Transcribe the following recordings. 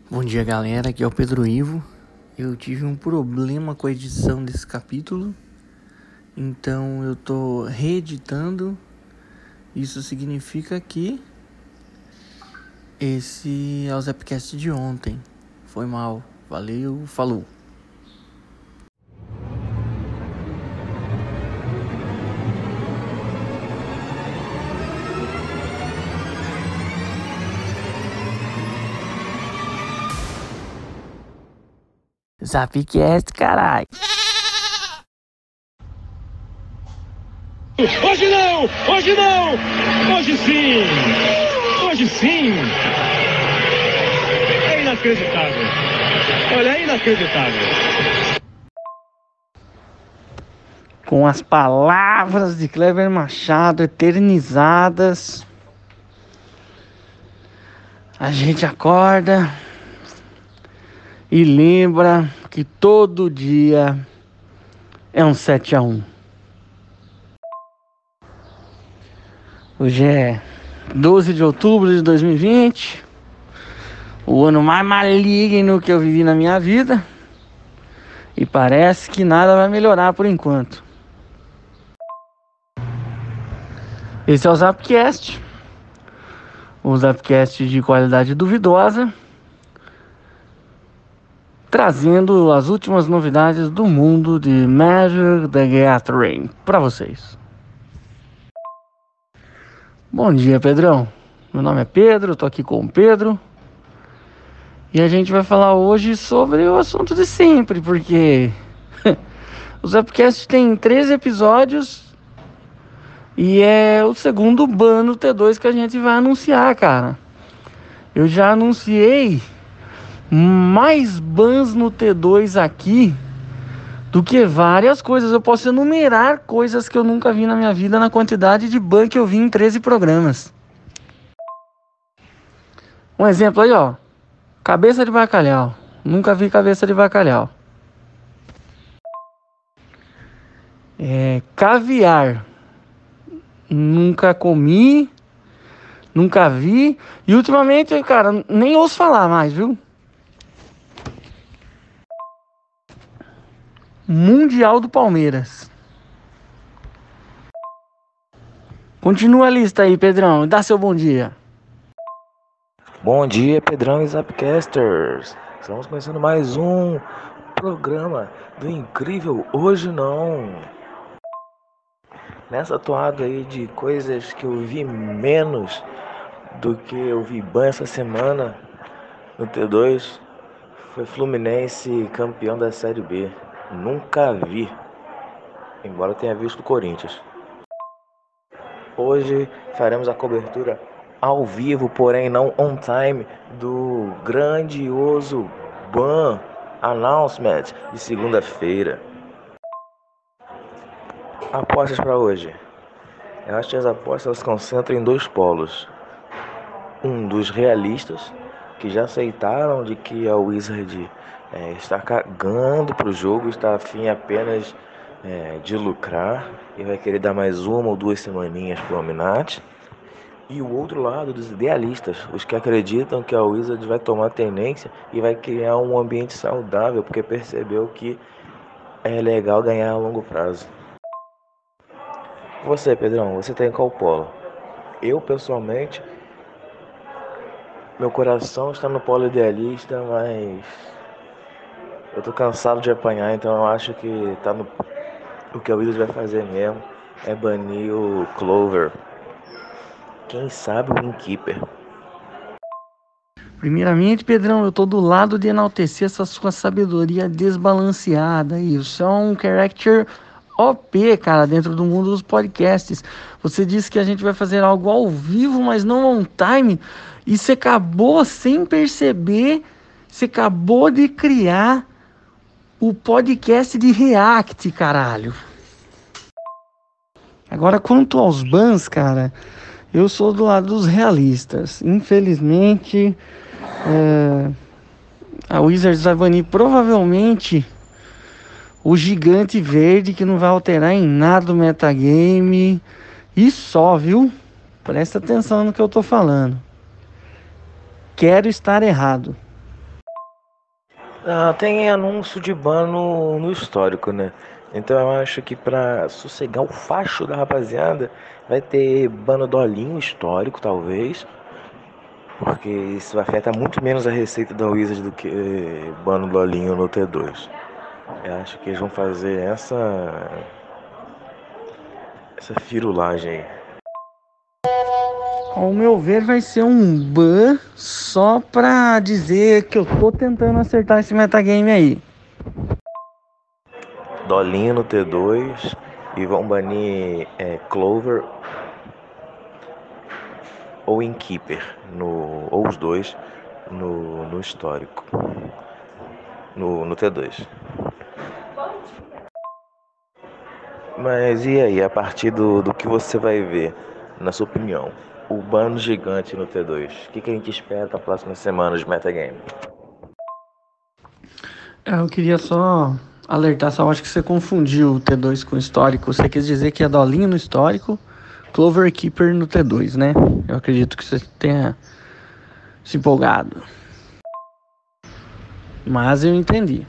Bom dia, galera, aqui é o Pedro Ivo. Eu tive um problema com a edição desse capítulo, então eu tô reeditando. Isso significa que esse é o Zapcast de ontem. Foi mal, valeu, falou. Zapcast, caralho. Hoje não! Hoje não! Hoje sim! Hoje sim! É inacreditável! Olha, é inacreditável! Com as palavras de Kleber Machado eternizadas, a gente acorda e lembra que todo dia é um 7-1. Hoje é 12 de outubro de 2020, o ano mais maligno que eu vivi na minha vida, e parece que nada vai melhorar por enquanto. Esse é o Zapcast, um Zapcast de qualidade duvidosa, trazendo as últimas novidades do mundo de Magic the Gathering para vocês. Bom dia, Pedrão. Meu nome é Pedro, eu tô aqui com o Pedro. E a gente vai falar hoje sobre o assunto de sempre, porque o Zapcast tem 13 episódios e é o segundo ban no T2 que a gente vai anunciar, cara. Eu já anunciei mais bans no T2 aqui do que várias coisas. Eu posso enumerar coisas que eu nunca vi na minha vida na quantidade de ban que eu vi em 13 programas. Um exemplo aí, ó. Cabeça de bacalhau. Nunca vi cabeça de bacalhau. Caviar. Nunca comi. Nunca vi. E ultimamente, cara, nem ouço falar mais, viu? Mundial do Palmeiras. Continua a lista aí, Pedrão. Dá seu bom dia. Bom dia, Pedrão e Zapcasters. Estamos começando mais um programa do incrível Hoje Não. Nessa toada aí de coisas que eu vi menos do que eu vi ban essa semana no T2, foi Fluminense campeão da Série B. Nunca vi, embora tenha visto o Corinthians. Hoje faremos a cobertura ao vivo, porém não on time, do grandioso ban announcement de segunda-feira. Apostas para hoje. Eu acho que as apostas se concentram em dois polos. Um dos realistas, que já aceitaram de que a Wizard está cagando para o jogo, está afim apenas de lucrar e vai querer dar mais uma ou duas semaninhas para o Ominati. E o outro lado dos idealistas, os que acreditam que a Wizard vai tomar tenência e vai criar um ambiente saudável, porque percebeu que é legal ganhar a longo prazo. Você, Pedrão, você tem qual polo? Eu, pessoalmente, meu coração está no polo idealista, mas eu tô cansado de apanhar, então eu acho que tá no... o que a Wizard vai fazer mesmo é banir o Clover. Quem sabe o Innkeeper. Primeiramente, Pedrão, eu tô do lado de enaltecer essa sua sabedoria desbalanceada. Isso é um character OP, cara, dentro do mundo dos podcasts. Você disse que a gente vai fazer algo ao vivo, mas não on time. E você acabou sem perceber, você acabou de criar o podcast de React, caralho. Agora, quanto aos bans, cara, eu sou do lado dos realistas. Infelizmente, a Wizards vai banir provavelmente o gigante verde, que não vai alterar em nada o metagame. E só, viu? Presta atenção no que eu tô falando. Quero estar errado. Ah, tem anúncio de ban no histórico, né? Então eu acho que pra sossegar o facho da rapaziada, vai ter ban no Dolinho histórico, talvez. Porque isso afeta muito menos a receita da Wizard do que ban no Dolinho no T2. Eu acho que eles vão fazer essa firulagem aí. Ao meu ver, vai ser um ban só pra dizer que eu tô tentando acertar esse metagame aí. Dolinho no T2 e vão banir Clover ou Innkeeper, ou os dois no histórico, no T2. Mas e aí, a partir do que você vai ver, na sua opinião, o ban gigante no T2, o que a gente espera para a próxima semana de metagame? Eu queria só alertar, só acho que você confundiu o T2 com o histórico. Você quis dizer que é Dolinho no histórico, Clover Keeper no T2, né? Eu acredito que você tenha se empolgado. Mas eu entendi.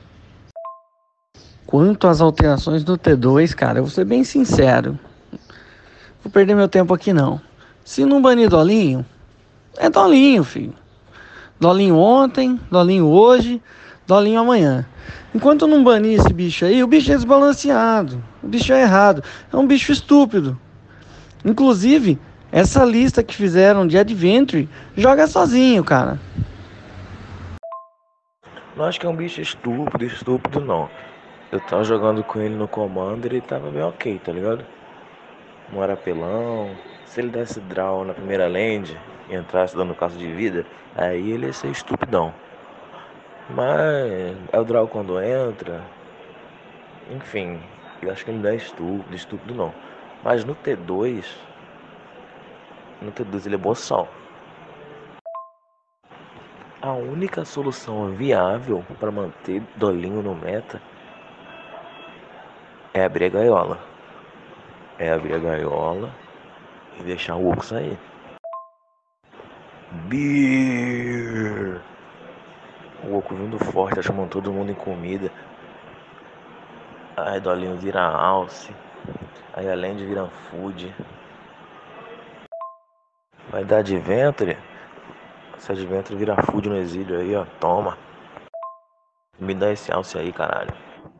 Quanto às alterações no T2, cara, eu vou ser bem sincero. Vou perder meu tempo aqui não. Se não banir Dolinho, é Dolinho, filho. Dolinho ontem, Dolinho hoje, Dolinho amanhã. Enquanto não banir esse bicho aí, o bicho é desbalanceado. O bicho é errado. É um bicho estúpido. Inclusive, essa lista que fizeram de Adventure joga sozinho, cara. Não acho que é um bicho estúpido, estúpido não. Eu tava jogando com ele no Commander e ele tava bem ok, tá ligado? Não era apelão. Se ele desse draw na primeira land e entrasse dando caso de vida, aí ele ia ser estupidão. Mas é o draw quando entra. Enfim, eu acho que ele não é estúpido, estúpido não. Mas no T2 ele é boçal. A única solução viável para manter Dolinho no meta é abrir a gaiola. É abrir a gaiola e deixar o oco sair. Beer! O oco vindo forte, tá chamando todo mundo em comida. Aí Dolinho vira alce. Aí a land vira food. Vai dar Adventure. Se Adventure vira food no exílio aí, ó. Toma. Me dá esse alce aí, caralho.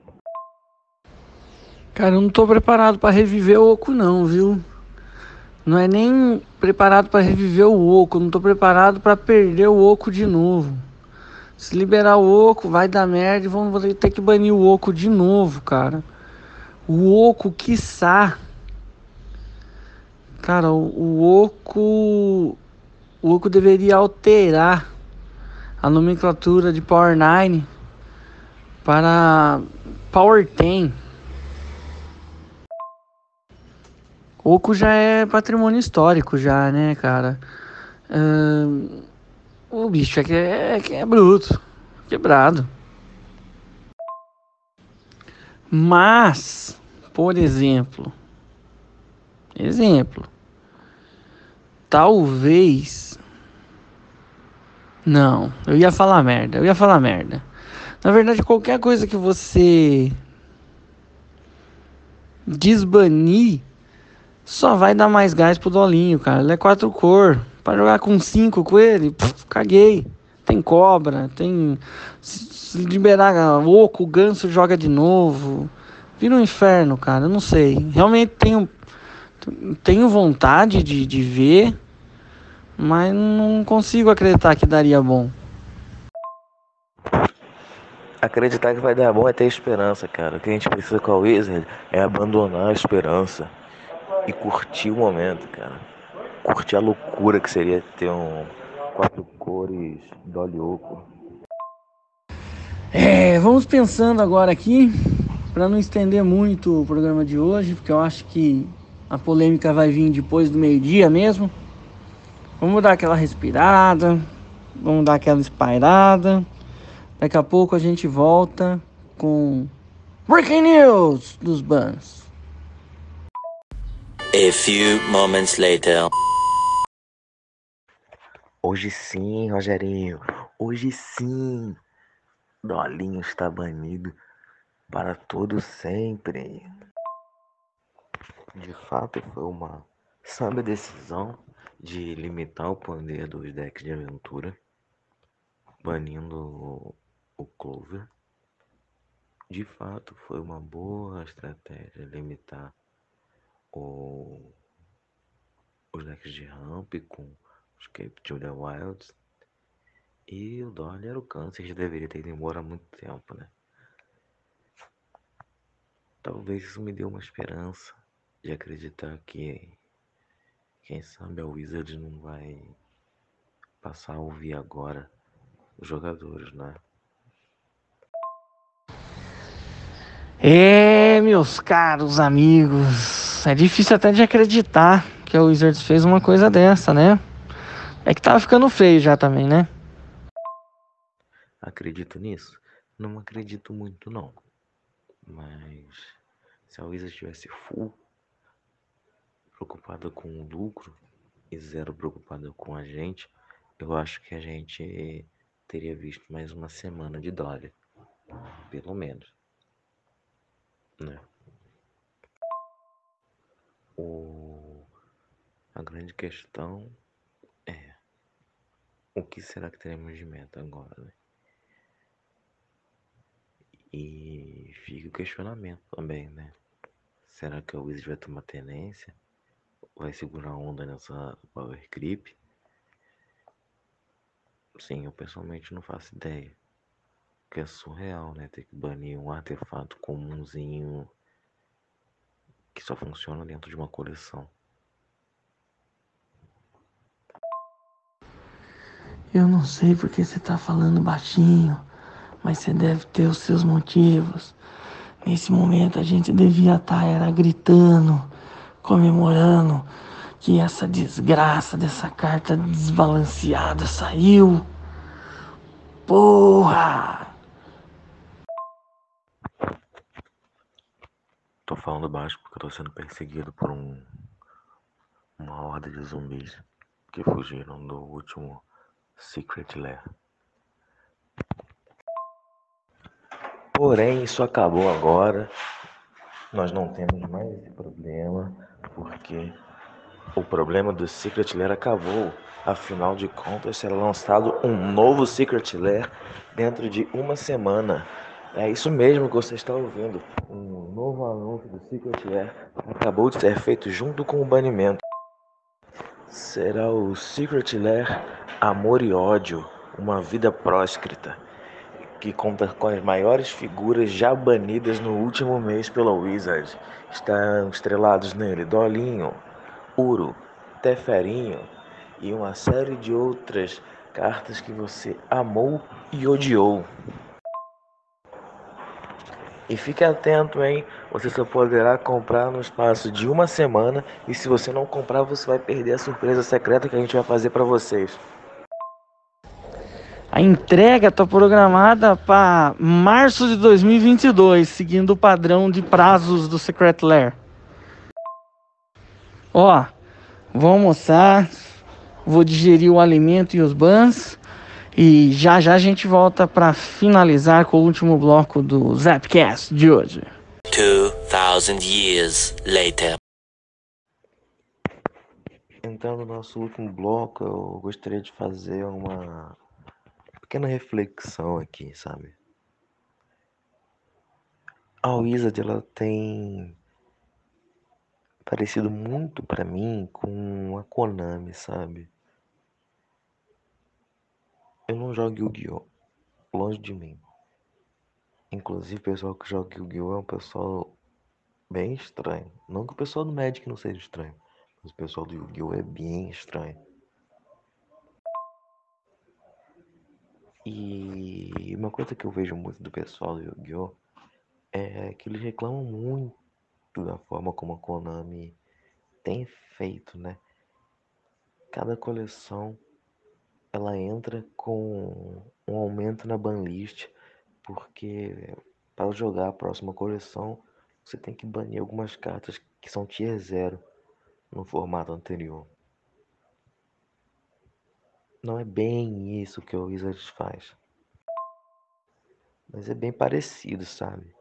Cara, eu não tô preparado pra reviver o Oco não, viu? Não é nem preparado pra reviver o Oco, não tô preparado pra perder o Oco de novo. Se liberar o Oco, vai dar merda e vamos ter que banir o Oco de novo, cara. O Oco, quiçá. Cara, o Oco. O Oco deveria alterar a nomenclatura de Power 9 para Power 10. Oco já é patrimônio histórico, já, né, cara? O bicho é bruto, quebrado. Mas, por exemplo, talvez. Não, eu ia falar merda. Na verdade, qualquer coisa que você desbanir só vai dar mais gás pro Dolinho, cara. Ele é 4 cor. Pra jogar com 5 com ele, caguei. Tem cobra, tem. Se liberar oco, o ganso joga de novo. Vira um inferno, cara. Eu não sei. Realmente tenho vontade de ver, mas não consigo acreditar que daria bom. Acreditar que vai dar bom é ter esperança, cara. O que a gente precisa com a Wizard é abandonar a esperança e curtir o momento, cara. Curtir a loucura que seria ter um 4 cores Dolly Oco. Vamos pensando agora aqui, para não estender muito o programa de hoje, porque eu acho que a polêmica vai vir depois do meio-dia mesmo. Vamos dar aquela respirada, vamos dar aquela espairada. Daqui a pouco a gente volta com Breaking News dos bans. A few moments later. Hoje sim, Rogerinho. Hoje sim. Dolinho está banido para todo sempre. De fato, foi uma sábia decisão de limitar o poder dos decks de aventura, banindo o Clover. De fato, foi uma boa estratégia limitar o, os decks de ramp com os Cape to the Wilds. E o Dolly era o câncer, já deveria ter ido embora há muito tempo, né? Talvez isso me dê uma esperança de acreditar que, quem sabe, a Wizard não vai passar a ouvir agora os jogadores, né? Meus caros amigos, é difícil até de acreditar que a Wizards fez uma coisa dessa, né? É que tava ficando feio já também, né? Acredito nisso? Não acredito muito, não. Mas se a Wizard estivesse full preocupada com o lucro e zero preocupada com a gente, eu acho que a gente teria visto mais uma semana de Dolly, pelo menos, né? A grande questão é o que será que teremos de meta agora, né? E fica o questionamento também, né? Será que a Wizard vai tomar tenência? Vai segurar a onda nessa Power Creep? Sim, eu pessoalmente não faço ideia. Porque é surreal, né? Ter que banir um artefato comumzinho que só funciona dentro de uma coleção. Eu não sei porque você tá falando baixinho, mas você deve ter os seus motivos. Nesse momento a gente devia estar era gritando, comemorando que essa desgraça dessa carta desbalanceada saiu. Porra! Tô falando baixo porque eu tô sendo perseguido por uma horda de zumbis que fugiram do último Secret Lair. Porém, isso acabou agora. Nós não temos mais esse problema, porque o problema do Secret Lair acabou. Afinal de contas, será lançado um novo Secret Lair dentro de uma semana. É isso mesmo que você está ouvindo. Um novo anúncio do Secret Lair acabou de ser feito junto com o banimento. Será o Secret Lair Amor e Ódio, uma vida próscrita, que conta com as maiores figuras já banidas no último mês pela Wizard. Estão estrelados nele Dolinho, Uro, Teferinho e uma série de outras cartas que você amou e odiou. E fique atento, hein? Você só poderá comprar no espaço de uma semana e se você não comprar, você vai perder a surpresa secreta que a gente vai fazer para vocês. A entrega está programada para março de 2022, seguindo o padrão de prazos do Secret Lair. Ó, vou almoçar, vou digerir o alimento e os bans e já já a gente volta para finalizar com o último bloco do Zapcast de hoje. 2,000 years later. Entrando no nosso último bloco, eu gostaria de fazer uma pequena reflexão aqui, sabe? A Wizard, ela tem parecido muito pra mim com a Konami, sabe? Eu não jogo Yu-Gi-Oh! Longe de mim. Inclusive, o pessoal que joga Yu-Gi-Oh! É um pessoal bem estranho. Não que o pessoal do Magic não seja estranho, mas o pessoal do Yu-Gi-Oh! É bem estranho. E uma coisa que eu vejo muito do pessoal do Yu-Gi-Oh! É que eles reclamam muito da forma como a Konami tem feito, né? Cada coleção ela entra com um aumento na banlist, porque para jogar a próxima coleção você tem que banir algumas cartas que são tier 0 no formato anterior. Não é bem isso que o Wizards faz. mas é bem parecido, sabe?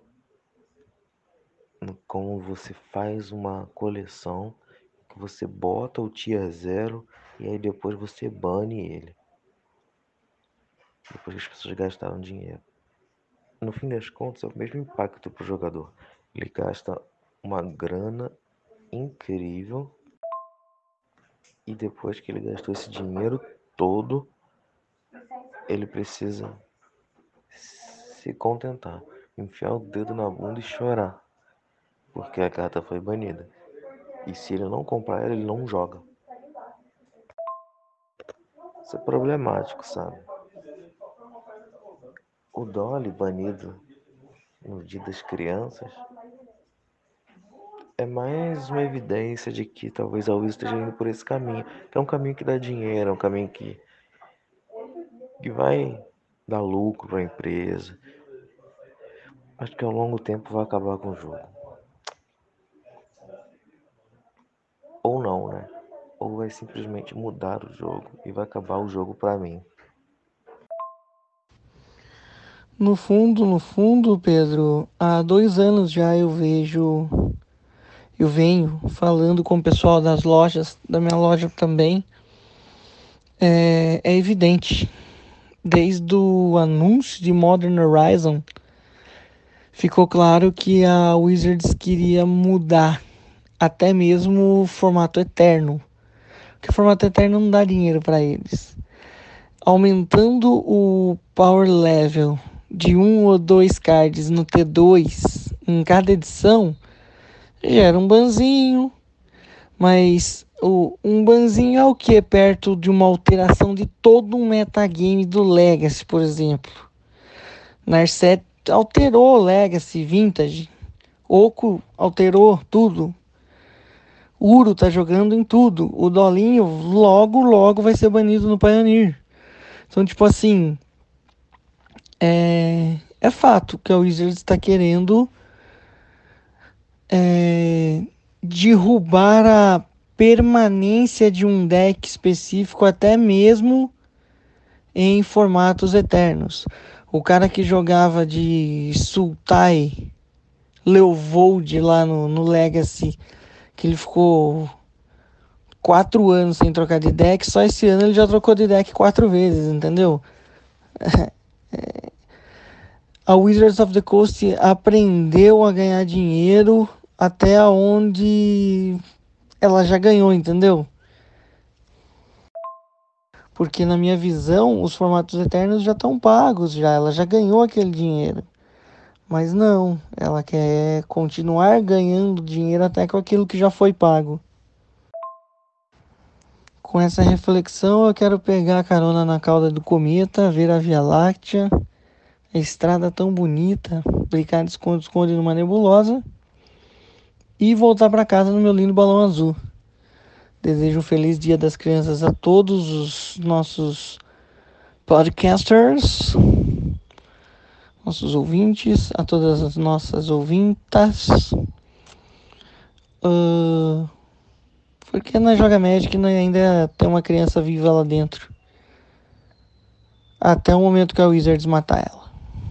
Como você faz uma coleção, que você bota o Tier 0 e aí depois você bane ele. Depois que as pessoas gastaram dinheiro. No fim das contas, é o mesmo impacto para o jogador. Ele gasta uma grana incrível e depois que ele gastou esse dinheiro todo, ele precisa se contentar, enfiar o dedo na bunda e chorar, porque a carta foi banida. E se ele não comprar ela, ele não joga. Isso é problemático, sabe? O Dolly banido no Dia das Crianças é mais uma evidência de que talvez a Wizard esteja indo por esse caminho, que é um caminho que dá dinheiro, é um caminho que vai dar lucro para a empresa. Acho que ao longo tempo vai acabar com o jogo. Ou não, né? Ou vai simplesmente mudar o jogo e vai acabar o jogo para mim. No fundo, Pedro, há 2 anos já eu venho falando com o pessoal das lojas, da minha loja também. É evidente, desde o anúncio de Modern Horizon, ficou claro que a Wizards queria mudar até mesmo o formato eterno, porque o formato eterno não dá dinheiro para eles. Aumentando o power level de 1 ou 2 cards no T2 em cada edição, gera um banzinho, mas um banzinho é o que? Perto de uma alteração de todo um metagame do Legacy, por exemplo. Narset alterou Legacy, Vintage, Oco alterou tudo. Uro tá jogando em tudo. O Dolinho logo vai ser banido no Pioneer. Então, tipo assim, é fato que a Wizards está querendo derrubar a permanência de um deck específico, até mesmo em formatos eternos. O cara que jogava de Sultai Leovold lá no Legacy, que ele ficou 4 anos sem trocar de deck, só esse ano ele já trocou de deck 4 vezes, entendeu? A Wizards of the Coast aprendeu a ganhar dinheiro até onde ela já ganhou, entendeu? Porque na minha visão, os formatos eternos já estão pagos, ela já ganhou aquele dinheiro. Mas não, ela quer continuar ganhando dinheiro até com aquilo que já foi pago. Com essa reflexão, eu quero pegar a carona na cauda do cometa, ver a Via Láctea, a estrada tão bonita, brincar de esconde-esconde numa nebulosa e voltar para casa no meu lindo balão azul. Desejo um feliz Dia das Crianças a todos os nossos podcasters, nossos ouvintes, a todas as nossas ouvintas. Porque na Joga Magic ainda tem uma criança viva lá dentro. Até o momento que a Wizards matar ela.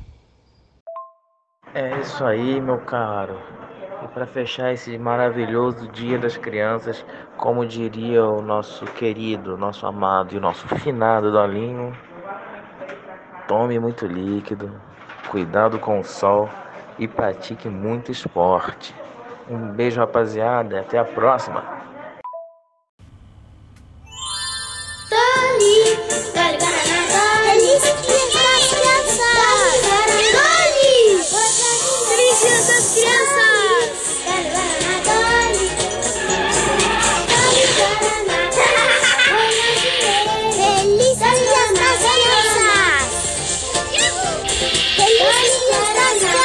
É isso aí, meu caro. E para fechar esse maravilhoso Dia das Crianças, como diria o nosso querido, nosso amado e o nosso finado Dolinho, tome muito líquido, cuidado com o sol e pratique muito esporte. Um beijo, rapaziada, e até a próxima.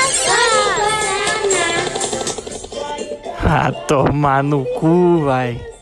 Ah, tomar no cu, vai.